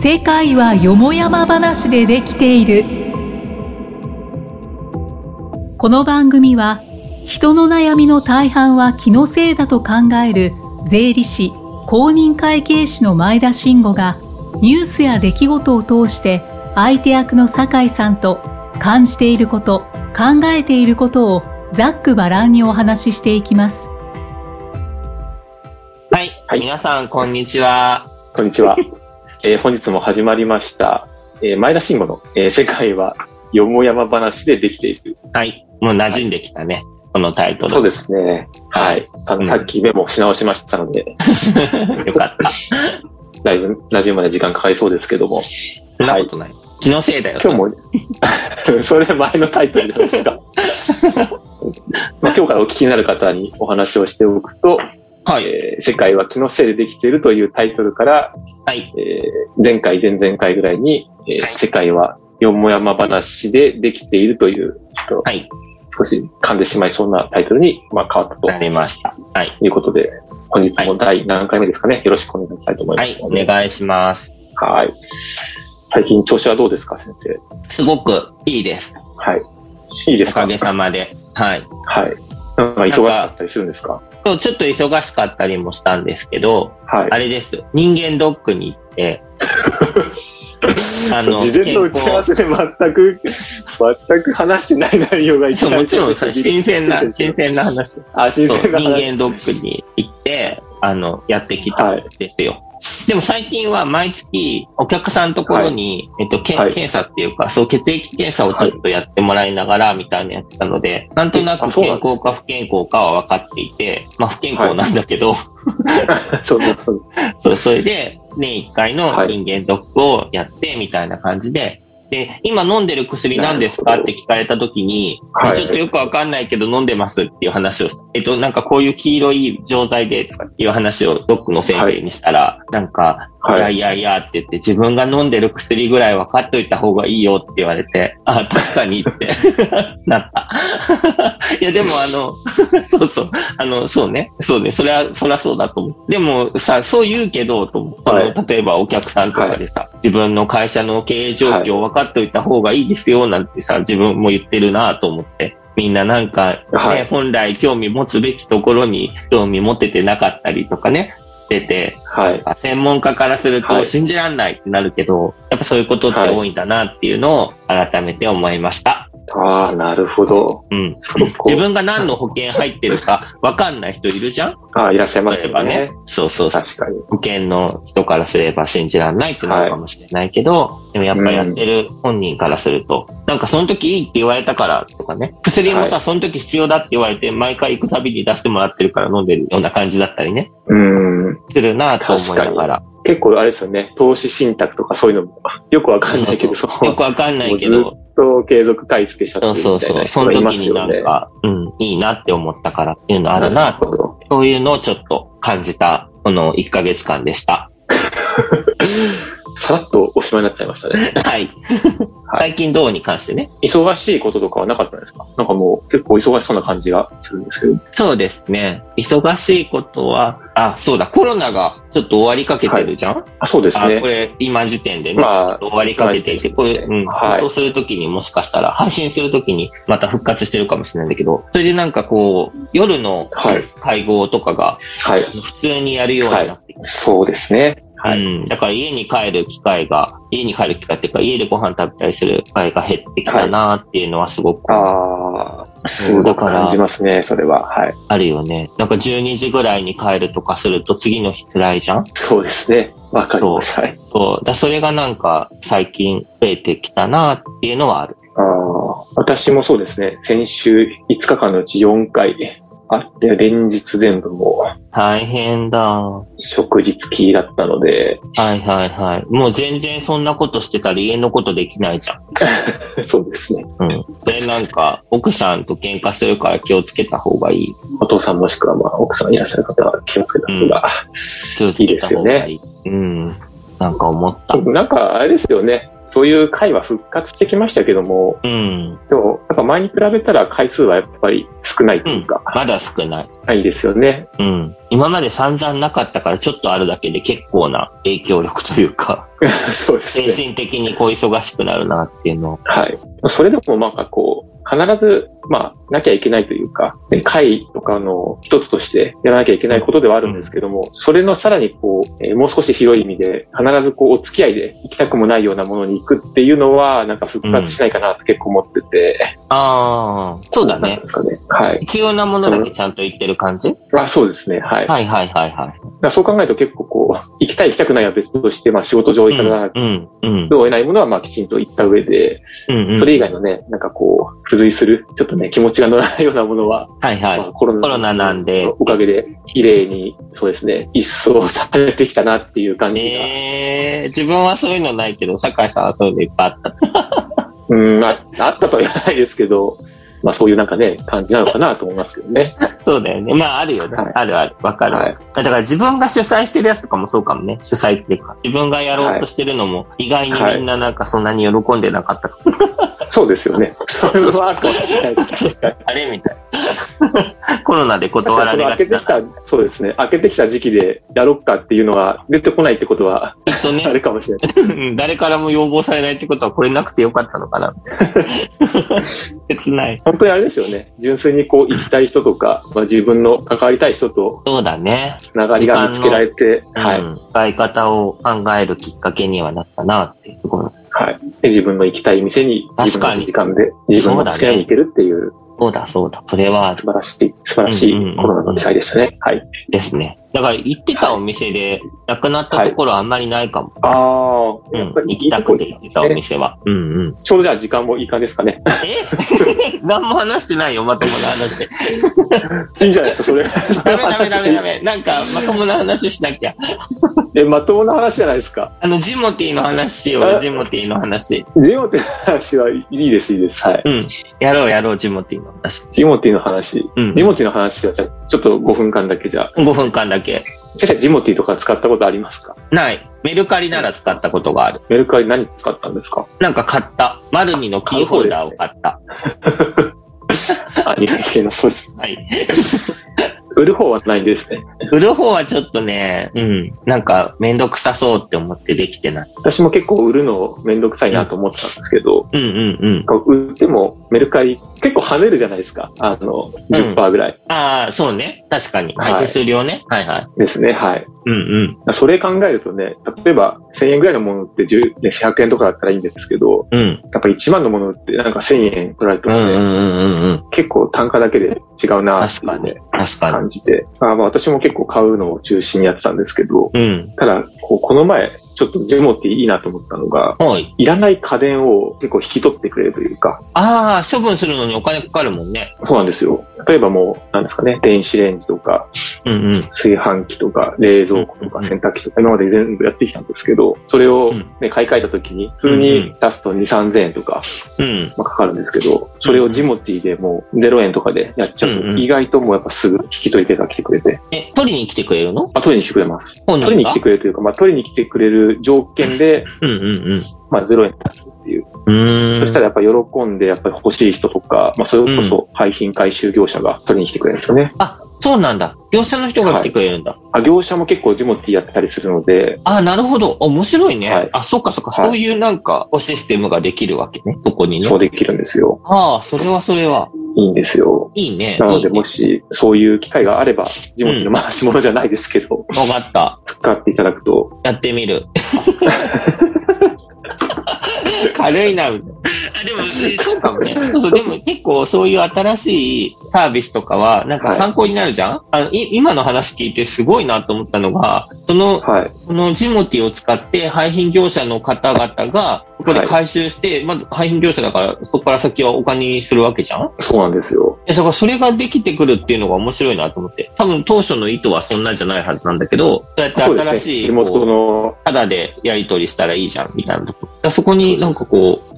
世界はよもやま話でできている。この番組は人の悩みの大半は気のせいだと考える税理士公認会計士の前田慎吾がニュースや出来事を通して相手役の酒井さんと感じていること、考えていることをざっくばらんにお話ししていきます。 はい、皆さんこんにちは。 こんにちは。本日も始まりました、前田慎吾の、世界はよもやま話でできている。 はい、もう馴染んできたね、このタイトル。 そうですね。はい。さっきメモし直しましたので。 よかった。 だいぶ馴染むまで時間かかりそうですけども。 そんなことない。気のせいだよ。 今日も、それ前のタイトルじゃないですか。今日からお聞きになる方にお話をしておくと、はい、世界は気のせいでできているというタイトルから、はい、前回前々回ぐらいに、世界はよもやま話でできているという、ちょっと少し噛んでしまいそうなタイトルに、変わったとなりました。はい。 いうことで、本日も第何回目ですかね。よろしくお願いしたいと思います。 はい、お願いします。 はい。最近調子はどうですか、先生。 すごくいいです。 はい。いいですか。 おかげさまで。はい。 はい。なんか忙しかったりするんですか。 そう、ちょっと忙しかったりもしたんですけど、はい、あれです。人間ドックに行って、 事前の打ち合わせで全く話してない内容が一番もちろん新鮮な話。 新鮮な話。 人間ドックに行って、やってきたんですよ。はい、でも最近は毎月お客さんのところに、検査っていうか、そう血液検査をちょっとやってもらいながらみたいなやってたので、なんとなく健康か不健康かは分かっていて、不健康なんだけど、それで年1回の人間ドックをやってみたいな感じで、で、今飲んでる薬何ですかって聞かれた時に、ちょっとよくわかんないけど飲んでますっていう話を、なんかこういう黄色い錠剤でとかいう話をドックの先生にしたら、なんか、いやって言って自分が飲んでる薬ぐらい分かっといた方がいいよって言われて、あ、確かにってなった。いやでもそうね、そりゃそうだと思う。でもさ、そう言うけど、と思う。例えばお客さんとかでさ、自分の会社の経営状況を分かっといた方がいいですよなんてさ、自分も言ってるなと思って。みんななんか、ね、本来興味持つべきところに興味持ててなかったりとかね、してて、専門家からすると信じらんないってなるけど、やっぱそういうことって多いんだなっていうのを改めて思いました。 ああ、なるほど。 うん。自分が何の保険入ってるか分かんない人いるじゃん。 ああ、いらっしゃいますよね。 そう。 確かに。 保険の人からすれば信じらんないってなるかもしれないけど、でもやっぱやってる本人からすると、なんかその時いいって言われたからとかね、薬もさ、その時必要だって言われて、毎回行くたびに出してもらってるから飲んでるような感じだったりね。するなと思いながら。 結構あれですよね、投資信託とかそういうのもよくわかんないけど、 よくわかんないけど、 ずっと継続買い付けしちゃってるみたいな人がいますよね。 その時になんか、いいなって思ったからっていうのあるなと、そういうのをちょっと感じた、この1ヶ月間でした。 さらっとおしまいになっちゃいましたね。 はい。最近どうに関してね。 忙しいこととかはなかったんですか？なんかもう結構忙しそうな感じがするんですけど。 そうですね。忙しいことは、そうだ、コロナがちょっと終わりかけてるじゃん？ そうですね。 これ今時点でね、終わりかけていて、これ、そうするときにもしかしたら配信するときにまた復活してるかもしれないんだけど、それでなんかこう、夜の会合とかが、普通にやるようになってきて、 そうですね。 だから家に帰る機会っていうか、家でご飯食べたりする機会が減ってきたなっていうのはすごく。 すごく感じますね、それは。 あるよね。なんか12時ぐらいに帰るとかすると次の日辛いじゃん？ そうですね。わかります。 それがなんか最近増えてきたなっていうのはある。 私もそうですね。先週5日間のうち4回。連日全部もう。 大変だ。 食事付きだったので。 もう全然そんなことしてたら家のことできないじゃん。そうですね。 それなんか、奥さんと喧嘩するから気をつけた方がいい。 お父さんもしくは奥さんいらっしゃる方は気をつけた方がいいですよね。 なんか思った。 なんかあれですよね。 そういう会は復活してきましたけども、 うん。 でも、やっぱ前に比べたら回数はやっぱり少ないというか、 まだ少ない。 ないですよね。 うん。今まで散々なかったからちょっとあるだけで結構な影響力というか、 そうですね。 精神的にこう忙しくなるなっていうのを。 はい。それでもなんかこう、必ず、なきゃいけないというか、会とかの一つとしてやらなきゃいけないことではあるんですけども、それのさらにこう、もう少し広い意味で、必ずこう、お付き合いで行きたくもないようなものに行くっていうのは、なんか復活しないかなって結構思ってて。 ああ、そうだね。 なんですかね。はい。 必要なものだけちゃんと言ってる感じ？ そうですね。はい。 はいはいはいはい。 だからそう考えると結構こう、行きたい行きたくないは別として、仕事上行かなきゃ得ないものはきちんと行った上で、それ以外のね、なんかこう、付随する、ちょっとね、気持ちが乗らないようなものは、 はいはい。 コロナなんで、おかげで、綺麗に、そうですね、一掃されてきたなっていう感じが。 自分はそういうのないけど、酒井さんはそういうのいっぱいあった。 あったとは言わないですけど、そういうなんかね、感じなのかなと思いますけどね。 そうだよね。あるよね。はい、あるある。わかる、はい。だから自分が主催してるやつとかもそうかもね。主催っていうか。自分がやろうとしてるのも、意外にみんななんかそんなに喜んでなかったかも。 そうですよね。それはあるかもしれないです。 あれみたいな。コロナで断られがちだな。 そうですね。開けてきた時期でやろっかっていうのが出てこないってことは、きっとね、あれかもしれない。 誰からも要望されないってことは、これなくてよかったのかな。切ない。 本当にあれですよね。純粋にこう行きたい人とか、自分の関わりたい人と、 そうだね。 つながりが見つけられて、 はい。使い方を考えるきっかけにはなったなっていうところ。 はい。で自分の行きたい店に、自分の時間で、自分の好きなに行けるっていう。 そうだそうだ。それは素晴らしいコロナの機会でしたね。はい。 ですね。だから行ってたお店でなくなったところあんまりないかも。 やっぱり行きたくて行ってたお店は。 ちょうどじゃあ時間もいい感じですかね。 何も話してないよ、まともな話で。いいじゃないですか、それ。 ダメ。なんか、まともな話しなきゃ。 まともな話じゃないですか。 ジモティーの話を、ジモティーの話。 ジモティーの話はいいです。はい。 やろう、ジモティーの話。 ジモティーの話。ジモティーの話は、じゃあ、ちょっと5分間だけじゃあ。 5分間だけ。 先生、ジモティーとか使ったことありますか？ ない。メルカリなら使ったことがある。 メルカリ何使ったんですか？ なんか買った。マルニのキーホルダーを買った。 日本系のそうです。 はい。 売る方はないんですね。 売る方はちょっとね、なんかめんどくさそうって思ってできてない。 私も結構売るのめんどくさいなと思ってたんですけど、売ってもメルカリ結構跳ねるじゃないですか。10% ぐらい。 ああ、そうね。確かに。手数料ね。はいはい。 ですね、はい。それ考えるとね、例えば1000円ぐらいのものって100円とかだったらいいんですけど、やっぱ1万のものってなんか1000円取られてもね、結構単価だけで違うなって感じて、私も結構買うのを中心にやってたんですけど、ただこの前ちょっとジモティーいいなと思ったのが、いらない家電を結構引き取ってくれるというか。 処分するのにお金かかるもんね。 そうなんですよ。例えばなんですかね、電子レンジとか、炊飯器とか、冷蔵庫とか、洗濯機とか、今まで全部やってきたんですけど、それをね、買い替えた時に、普通に出すと2、3000円とか、かかるんですけど、それをジモティーでもう0円とかでやっちゃうと、意外ともうやっぱすぐ引き取り手が来てくれて。 取りに来てくれるの？ 取りに来てくれます。取りに来てくれるというか、取りに来てくれる条件で、0円出すっていう。そしたらやっぱ喜んで、やっぱり欲しい人とか、それこそ廃品回収業者が取りに来てくれるんですよね。 そうなんだ。業者の人が来てくれるんだ。 業者も結構ジモティーやったりするので。 なるほど。面白いね。そっか。そういうなんか、システムができるわけね。そこにね。 そうできるんですよ。 それは。 いいんですよ。 いいね。 なので、もし、そういう機会があれば、ジモティーの回し物じゃないですけど。 わかった。 使っていただくと。 やってみる。軽いな。でも、そうかもね。でも結構そういう新しいサービスとかは、なんか参考になるじゃん？今の話聞いてすごいなと思ったのが、そのジモティを使って廃品業者の方々が、そこで回収して、まず廃品業者だから、そこから先はお金にするわけじゃん？ そうなんですよ。 だからそれができてくるっていうのが面白いなと思って。多分当初の意図はそんなんじゃないはずなんだけど、そうやって新しい、 地元の、 ただでやり取りしたらいいじゃん、みたいなとこ。そこになんか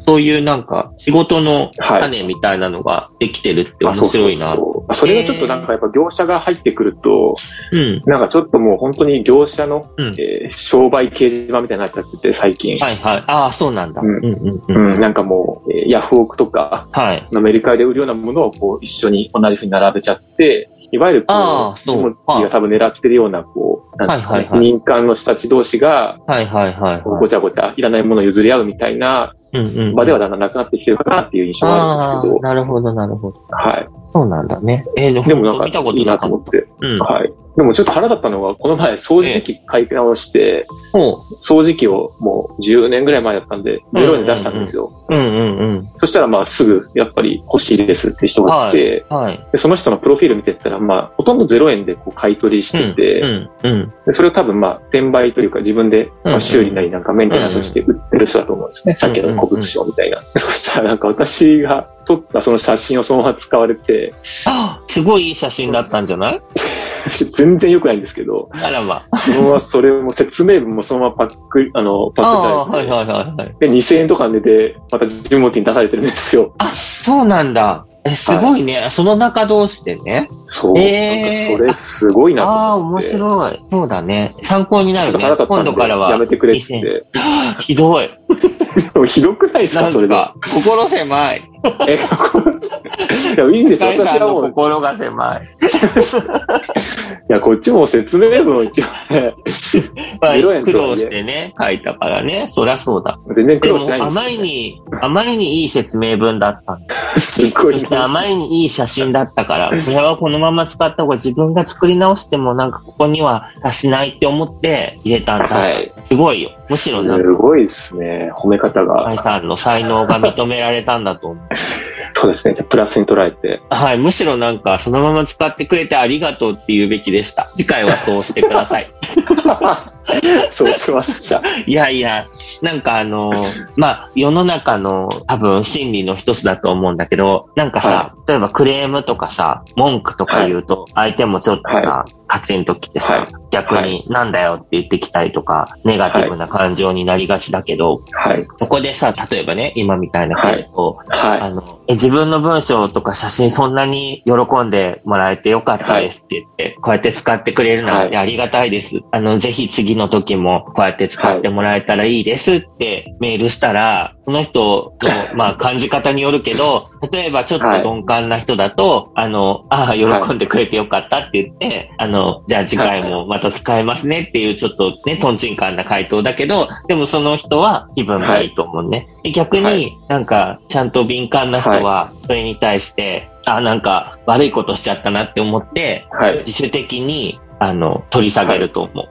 そういうなんか仕事の種みたいなのができてるって面白いな。 それがちょっとなんかやっぱ業者が入ってくると、なんかちょっともう本当に業者の、商売掲示板みたいになっちゃってて、最近。 はいはい。ああ、そうなんだ。 なんかもう、ヤフオクとか、メルカリで売るようなものをこう一緒に同じ風に並べちゃって、いわゆるこう、ティモティが多分狙ってるような、こう、なんですかね、民間の人たち同士が、ごちゃごちゃいらないものを譲り合うみたいな場ではだんだんなくなってきてるかなっていう印象があるんですけど。 なるほど、なるほど。 はい。 そうなんだね。 でもなんかいいなと思って。はい。でもちょっと腹立ったのが、この前掃除機買い直して、掃除機をもう10年ぐらい前だったんで、0円で出したんですよ。そしたらまあすぐやっぱり欲しいですって人が来て、でその人のプロフィール見てったら、まあほとんど0円でこう買い取りしてて、でそれを多分まあ転売というか自分でまあ修理なりなんかメンテナンスして売ってる人だと思うんですね。さっきの古物商みたいな。そしたらなんか私が撮ったその写真をそのまま使われて、 すごいいい写真だったんじゃない？ 全然良くないんですけど、 あらま。 そのままそれも説明文もそのままパックされて、で、2000円とかで出て、またジモティに出されてるんですよ。 あ、そうなんだ。すごいね。その中同士でね。 そう。なんかそれすごいなと思って。 面白い。そうだね。参考になるね。今度からは。 やめてくれって。 ひどい。 ひどくないですか、それで。 心狭い。 いや、いいんですよ。 私はもう。心が狭い。 いや、こっちも説明文を一応ね、 苦労してね、書いたからね。そりゃそうだ。 全然苦労してないんですよ。あまりにいい説明文だったんだ。 すごい。 そしてあまりにいい写真だったから、これはこのまま使った方が自分が作り直してもなんかここには足しないって思って入れたんだ。はい。すごいよ。むしろなんか。 すごいですね。褒め方が。 愛さんの才能が認められたんだと思う。 そうですね。じゃプラスに捉えて。 はい。むしろなんかそのまま使ってくれてありがとうって言うべきでした。次回はそうしてください。 そうしました。 いやいや、なんかまあ、世の中の多分心理の一つだと思うんだけど、なんかさ、例えばクレームとかさ、文句とか言うと、相手もちょっとさ、カチンときてさ、逆になんだよって言ってきたりとか、ネガティブな感情になりがちだけど、そこでさ、例えばね、今みたいなケースを、自分の文章とか写真そんなに喜んでもらえてよかったですって言って、こうやって使ってくれるなんてありがたいです。ぜひ次の時もこうやって使ってもらえたらいいですってメールしたら、その人の、まあ、感じ方によるけど、例えばちょっと鈍感な人だと、喜んでくれてよかったって言って、じゃあ次回もまた使えますねっていうちょっとね、トンチンカンな回答だけど、でもその人は気分がいいと思うね。逆になんか、ちゃんと敏感な人は、それに対して、なんか悪いことしちゃったなって思って、自主的に、取り下げると思う。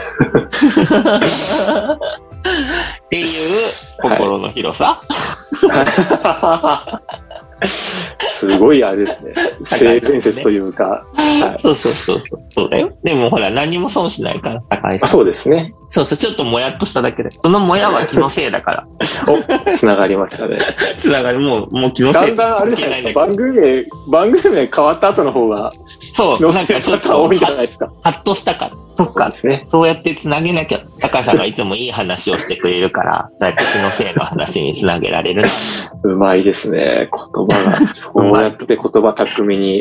っていう心の広さ。 すごいあれですね。性善説というか。 そう。そうだよ。でもほら、何も損しないから、高井さん。 そうですね。 そう、ちょっともやっとしただけで。そのもやは気のせいだから。 繋がりましたね。 もう気のせい。 だんだんあれじゃないですか。番組名変わった後の方が、 そう、なんかちょっと多いんじゃないですか。 ハッとしたから。そっか。そうやって繋げなきゃ、高橋さんがいつもいい話をしてくれるから、そうやって気のせいの話に繋げられる。 うまいですね。言葉が。そうやって言葉巧みに。 違う。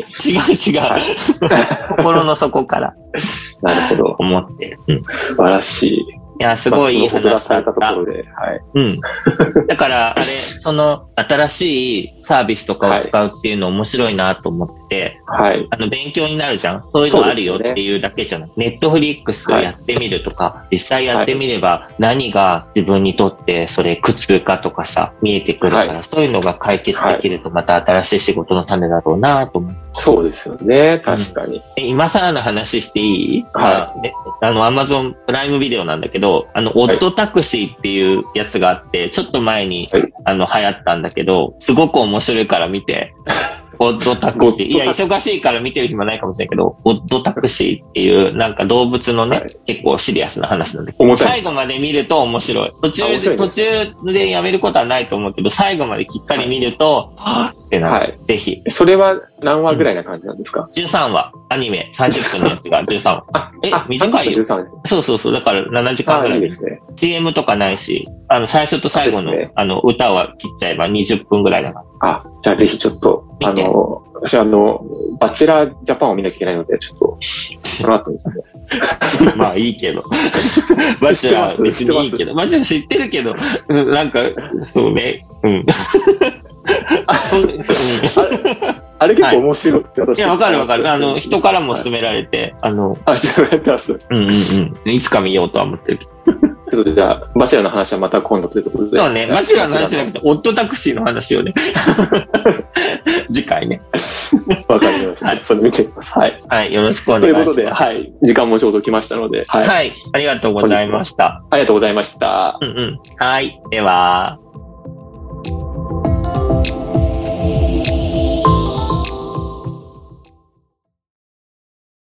心の底から。 なるほど。 思って。 素晴らしい。 いや、すごいいい話だった。だから、新しいサービスとかを使うっていうの面白いなと思って、勉強になるじゃん。そういうのあるよっていうだけじゃなくて、ネットフリックスやってみるとか、実際やってみれば何が自分にとってそれ苦痛かとかさ、見えてくるから、そういうのが解決できるとまた新しい仕事の種だろうなと思って。 そうですよね。確かに。 今更の話していい？Amazon プライムビデオなんだけど、オッドタクシーっていうやつがあって、ちょっと前に、流行ったんだけど、すごく面白いから見て、オッドタクシー。いや、忙しいから見てる暇ないかもしれないけど、オッドタクシーっていう、なんか動物のね、結構シリアスな話なんだけど、最後まで見ると面白い。途中でやめることはないと思うけど、最後まできっかり見ると、はぁってなる。ぜひ。 それは何話ぐらいな感じなんですか ？13話。アニメ30分のやつが13話。短いよ。 13ですね。 そう。だから7時間ぐらい。 いいですね。 CM とかないし、最初と最後の、 ね、 歌は切っちゃえば20分ぐらいだから。 あ、じゃあぜひちょっと、私バチェラージャパンを見なきゃいけないので、ちょっと、その後にされます。 まあいいけど。バチェラー別にいいけど。バチェラー知ってるけど、なんか、そうね。うん。 あれ結構面白くて、 いや、わかるわかる。人からも勧められて、 勧められてます。 いつか見ようとは思ってるけど。 ちょっとじゃあ、バチェラーの話はまた今度ということで。 そうね、バチェラーの話じゃなくて、オットタクシーの話をね。次回ね。 わかりました。はい、それ見てみます。はい。 はい、よろしくお願いします。 ということで、はい、時間もちょうど来ましたので、 はい。はい、ありがとうございました。 ありがとうございました。 はい、では。